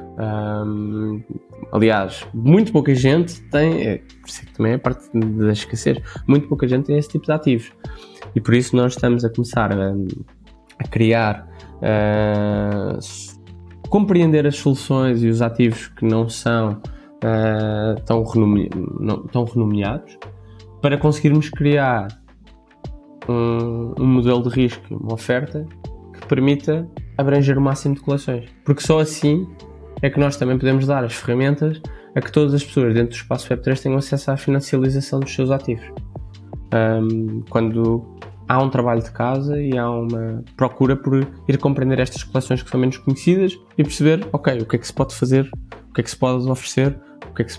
Aliás, muito pouca gente tem, por isso é que também é parte da escassez, muito pouca gente tem esse tipo de ativos. E por isso nós estamos a começar a criar, compreender as soluções e os ativos que não são tão renomeados, para conseguirmos criar um modelo de risco, uma oferta que permita abranger o máximo de coleções, porque só assim é que nós também podemos dar as ferramentas a que todas as pessoas dentro do espaço Web3 tenham acesso à financialização dos seus ativos. Quando há um trabalho de casa e há uma procura por ir compreender estas coleções que são menos conhecidas e perceber, ok, o que é que se pode fazer, o que é que se pode oferecer, o que é que se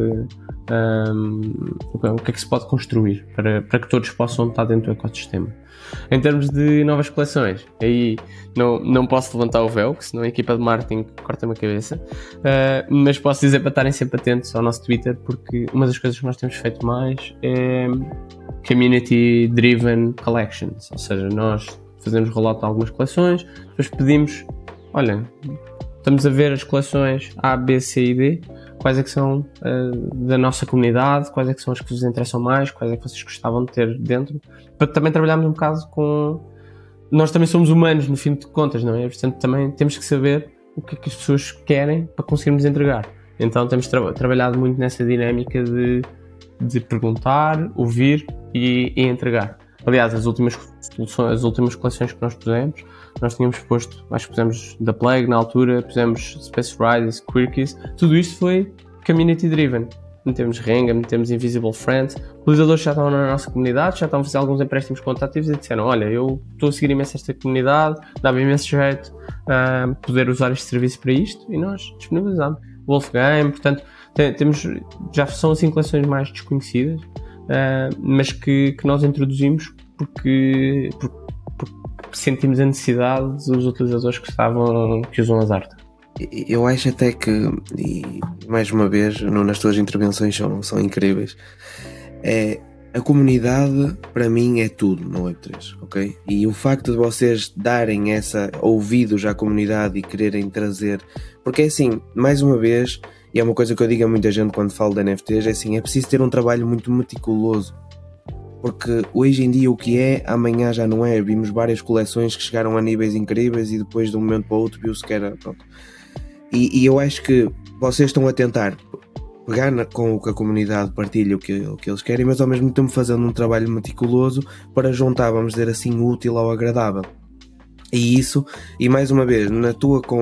pode construir para que todos possam estar dentro do ecossistema. Em termos de novas coleções, aí não posso levantar o véu, porque senão a equipa de marketing corta-me a cabeça, mas posso dizer para estarem sempre atentos ao nosso Twitter, porque uma das coisas que nós temos feito mais é Community Driven Collections, ou seja, nós fazemos rollout de algumas coleções, depois pedimos, olha, estamos a ver as coleções A, B, C e D, quais é que são da nossa comunidade, quais é que são as que vos interessam mais, quais é que vocês gostavam de ter dentro, para também trabalharmos um bocado com... Nós também somos humanos, no fim de contas, não é? Portanto, também temos que saber o que é que as pessoas querem para conseguirmos entregar. Então, temos trabalhado muito nessa dinâmica de perguntar, ouvir e entregar. Aliás, as últimas coleções que nós pusemos, nós tínhamos posto, acho que pusemos da Plague na altura, pusemos Space Riders, Quirkies, tudo isto foi community driven. Metemos Renga, metemos Invisible Friends, utilizadores já estão na nossa comunidade, já estão a fazer alguns empréstimos contativos e disseram, olha, eu estou a seguir imenso esta comunidade, dá-me imenso jeito poder usar este serviço para isto, e nós disponibilizamos. Wolfgame, portanto, já são assim coleções mais desconhecidas, mas que nós introduzimos porque sentimos a necessidade dos utilizadores que usam a Zarta. Eu acho até que, e mais uma vez, nas tuas intervenções são incríveis, a comunidade para mim é tudo no Web3, ok? E o facto de vocês darem ouvidos à comunidade e quererem trazer, porque é assim, mais uma vez, e é uma coisa que eu digo a muita gente quando falo de NFTs, é assim, é preciso ter um trabalho muito meticuloso, porque hoje em dia o que é, amanhã já não é. Vimos várias coleções que chegaram a níveis incríveis e depois de um momento para o outro viu-se que era, pronto. E eu acho que vocês estão a tentar pegar com o que a comunidade partilha, o que eles querem, mas ao mesmo tempo fazendo um trabalho meticuloso para juntar, vamos dizer assim, o útil ao agradável. E isso, e mais uma vez, nas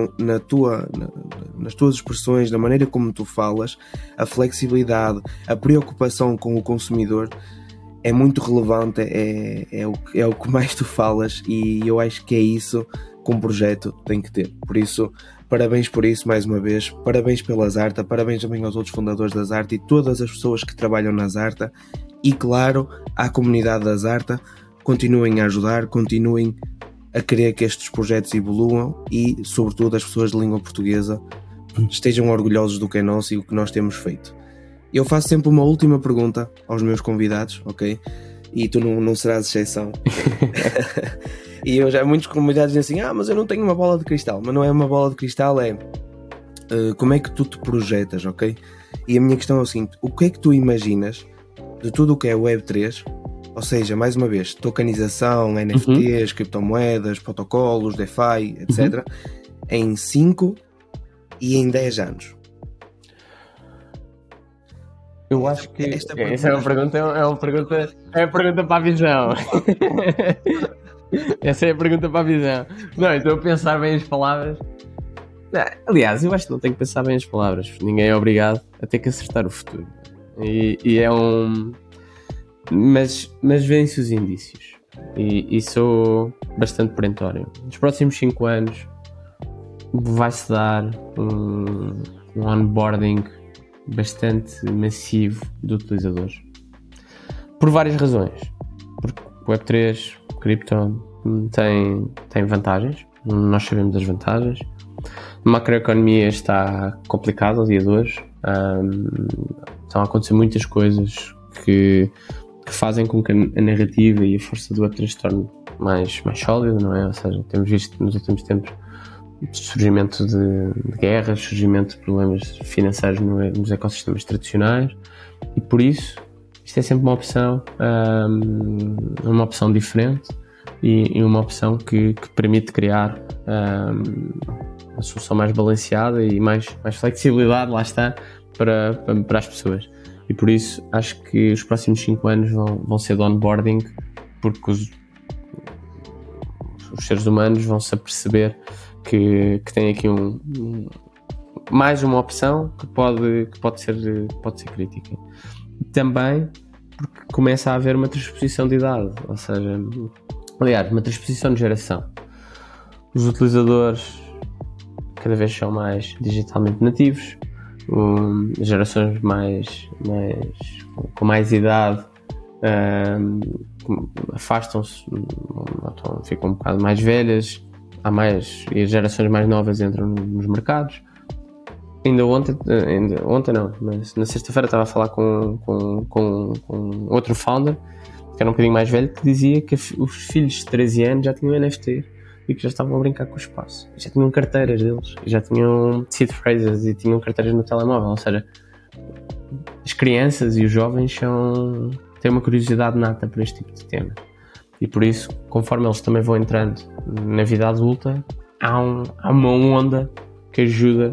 tuas expressões, na maneira como tu falas, a flexibilidade, a preocupação com o consumidor é muito relevante, é o que mais tu falas, e eu acho que é isso que um projeto tem que ter. Por isso, parabéns por isso mais uma vez, parabéns pela Zarta, parabéns também aos outros fundadores da Zarta e todas as pessoas que trabalham na Zarta, e claro, à comunidade da Zarta. Continuem a ajudar, continuem a querer que estes projetos evoluam e, sobretudo, as pessoas de língua portuguesa estejam orgulhosos do que é nosso e o que nós temos feito. Eu faço sempre uma última pergunta aos meus convidados, ok? E tu não serás exceção. E eu já muitos convidados dizem assim, mas eu não tenho uma bola de cristal. Mas não é uma bola de cristal, é como é que tu te projetas, ok? E a minha questão é o seguinte, o que é que tu imaginas de tudo o que é Web3? Ou seja, mais uma vez, tokenização, NFTs, criptomoedas, protocolos, DeFi, etc. Em 5 e em 10 anos. Eu acho que essa é uma pergunta para a visão. Essa é a pergunta para a visão. Não, então eu pensar bem as palavras. Aliás, eu acho que não tenho que pensar bem as palavras. Ninguém é obrigado a ter que acertar o futuro. E é um... Mas vêm-se os indícios e sou bastante perentório. Nos próximos 5 anos vai-se dar um onboarding bastante massivo de utilizadores por várias razões, porque o Web3, o Krypton tem vantagens, nós sabemos das vantagens. A macroeconomia está complicada ao dia de hoje, estão a acontecer muitas coisas que fazem com que a narrativa e a força do Web3 se torne mais sólida, não é? Ou seja, temos visto nos últimos tempos surgimento de guerras, surgimento de problemas financeiros nos ecossistemas tradicionais, e por isso isto é sempre uma opção diferente e uma opção que permite criar uma solução mais balanceada e mais flexibilidade, lá está, para as pessoas. E por isso acho que os próximos 5 anos vão ser de onboarding, porque os seres humanos vão se aperceber que tem aqui mais uma opção que pode ser crítica. Também porque começa a haver uma transposição de idade, ou seja, aliás, uma transposição de geração. Os utilizadores cada vez são mais digitalmente nativos, gerações com mais idade afastam-se, então ficam um bocado mais velhas, e as gerações mais novas entram nos mercados. Ainda ontem não, mas na sexta-feira estava a falar com outro founder que era um bocadinho mais velho, que dizia que os filhos de 13 anos já tinham NFT e que já estavam a brincar com o espaço, já tinham carteiras deles, já tinham seed phrases e tinham carteiras no telemóvel. Ou seja, as crianças e os jovens têm uma curiosidade nata por este tipo de tema, e por isso, conforme eles também vão entrando na vida adulta, há uma onda que ajuda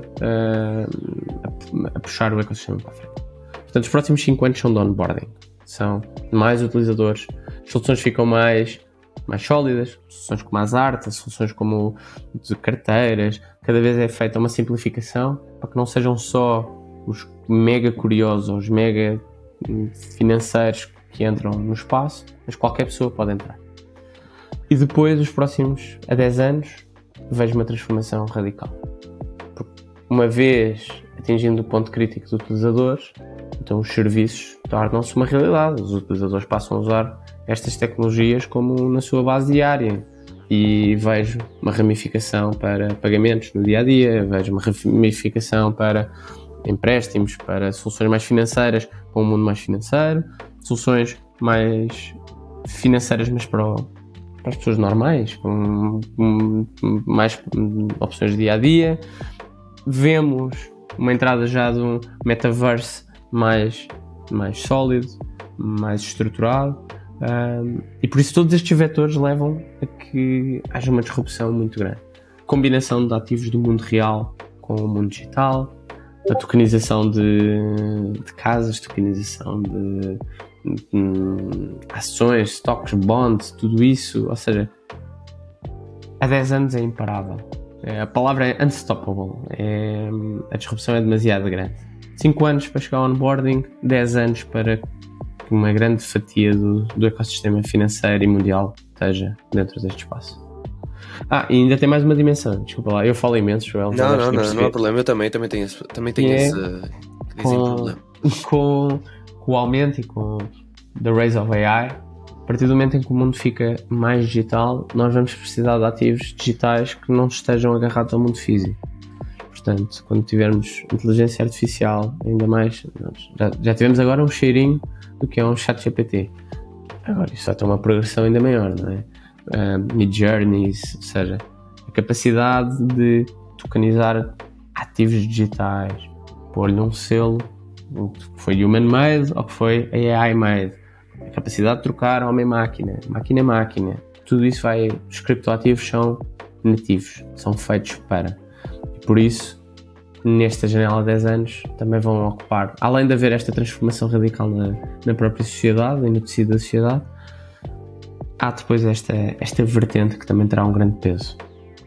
a puxar o ecossistema para a frente. Portanto, os próximos 5 anos são de onboarding, são mais utilizadores, as soluções ficam mais sólidas, soluções como a Zarta, soluções como de carteiras, cada vez é feita uma simplificação para que não sejam só os mega curiosos ou os mega financeiros que entram no espaço, mas qualquer pessoa pode entrar. E depois, os próximos 10 anos, vejo uma transformação radical. Porque uma vez atingindo o ponto crítico dos utilizadores, então os serviços tornam-se uma realidade. Os utilizadores passam a usar estas tecnologias como na sua base diária, e vejo uma ramificação para pagamentos no dia-a-dia, vejo uma ramificação para empréstimos, para soluções mais financeiras, para um mundo mais financeiro, soluções mais financeiras, mas para as pessoas normais, com mais opções de dia-a-dia. Vemos uma entrada já de um metaverse mais sólido, mais estruturado, e por isso todos estes vetores levam a que haja uma disrupção muito grande. Combinação de ativos do mundo real com o mundo digital, a tokenização de casas, tokenização de ações, stocks, bonds, tudo isso, ou seja, há 10 anos é imparável. A palavra é unstoppable, a disrupção é demasiado grande. 5 anos para chegar ao onboarding, 10 anos para que uma grande fatia do ecossistema financeiro e mundial esteja dentro deste espaço. E ainda tem mais uma dimensão, desculpa lá, eu falo imenso, Joel. Não há problema, eu também tenho esse problema. Com o aumento e com the rise of AI, a partir do momento em que o mundo fica mais digital, nós vamos precisar de ativos digitais que não estejam agarrados ao mundo físico. Portanto, quando tivermos inteligência artificial, ainda mais, já tivemos agora um cheirinho do que é um chat GPT. Agora, isso vai ter uma progressão ainda maior, não é? Midjourneys, ou seja, a capacidade de tokenizar ativos digitais, pôr-lhe um selo, que foi human-made ou que foi AI-made, a capacidade de trocar homem-máquina, máquina-máquina, tudo isso vai, os criptoativos são nativos, são feitos para. E por isso, nesta janela de 10 anos, também vão ocupar, além de haver esta transformação radical na própria sociedade e no tecido da sociedade, há depois esta vertente que também terá um grande peso.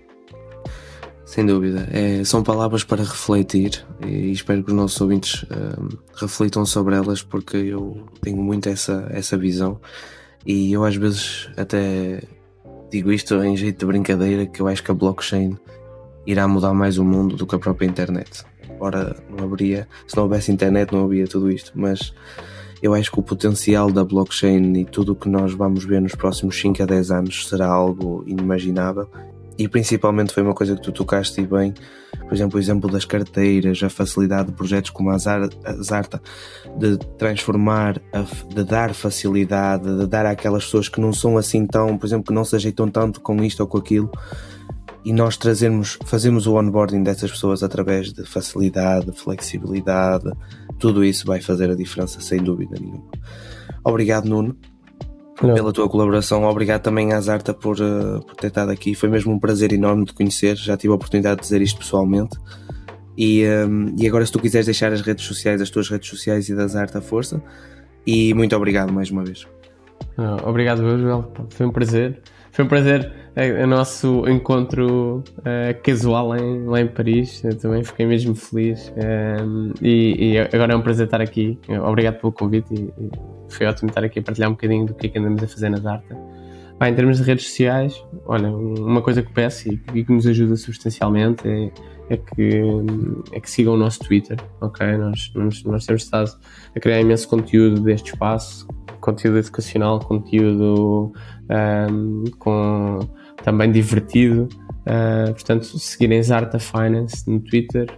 Sem dúvida, são palavras para refletir e espero que os nossos ouvintes reflitam sobre elas, porque eu tenho muito essa visão e eu às vezes até digo isto em jeito de brincadeira, que eu acho que a blockchain irá mudar mais o mundo do que a própria internet. Ora, se não houvesse internet não havia tudo isto, mas eu acho que o potencial da blockchain e tudo o que nós vamos ver nos próximos 5 a 10 anos será algo inimaginável. E principalmente foi uma coisa que tu tocaste e bem, por exemplo, o exemplo das carteiras, a facilidade de projetos como a Zarta, de transformar, de dar facilidade, de dar àquelas pessoas que não são assim tão, por exemplo, que não se ajeitam tanto com isto ou com aquilo, e nós fazemos o onboarding dessas pessoas através de facilidade, flexibilidade, tudo isso vai fazer a diferença sem dúvida nenhuma. Obrigado, Nuno. Pela tua colaboração, obrigado também à Zarta por ter estado aqui, foi mesmo um prazer enorme de conhecer, já tive a oportunidade de dizer isto pessoalmente e agora se tu quiseres deixar as tuas redes sociais e da Zarta, força, e muito obrigado mais uma vez. Obrigado, Joel, foi um prazer o nosso encontro casual lá em Paris. Eu também fiquei mesmo feliz e agora é um prazer estar aqui. Obrigado pelo convite e foi ótimo estar aqui a partilhar um bocadinho do que andamos a fazer na Zarta. Em termos de redes sociais, olha, uma coisa que peço e que nos ajuda substancialmente é que sigam o nosso Twitter, ok? Nós temos estado a criar imenso conteúdo deste espaço, conteúdo educacional, conteúdo também divertido, portanto, seguirem Zarta Finance no Twitter,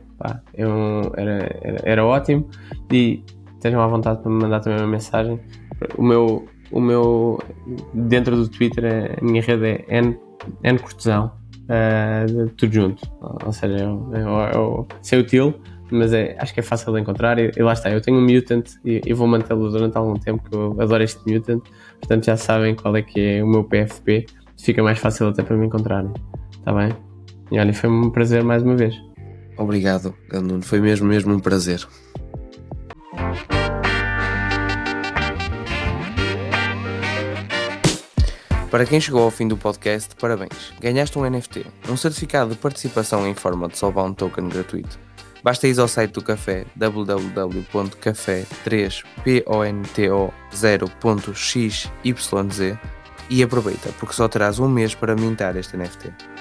era ótimo, e estejam à vontade para me mandar também uma mensagem. O meu dentro do Twitter, a minha rede é N Cortesão, tudo junto, ou seja, sem o til, mas acho que é fácil de encontrar e lá está, eu tenho um Mutant e vou mantê-lo durante algum tempo, que eu adoro este Mutant, portanto já sabem qual é que é o meu PFP, fica mais fácil até para me encontrarem, está bem? E olha, foi um prazer mais uma vez. Obrigado, Nuno, foi mesmo um prazer. Para quem chegou ao fim do podcast, parabéns, ganhaste um NFT, um certificado de participação em forma de Soulbound Token gratuito. Basta ir ao site do café www.café3ponto0.xyz e aproveita, porque só terás um mês para mintar este NFT.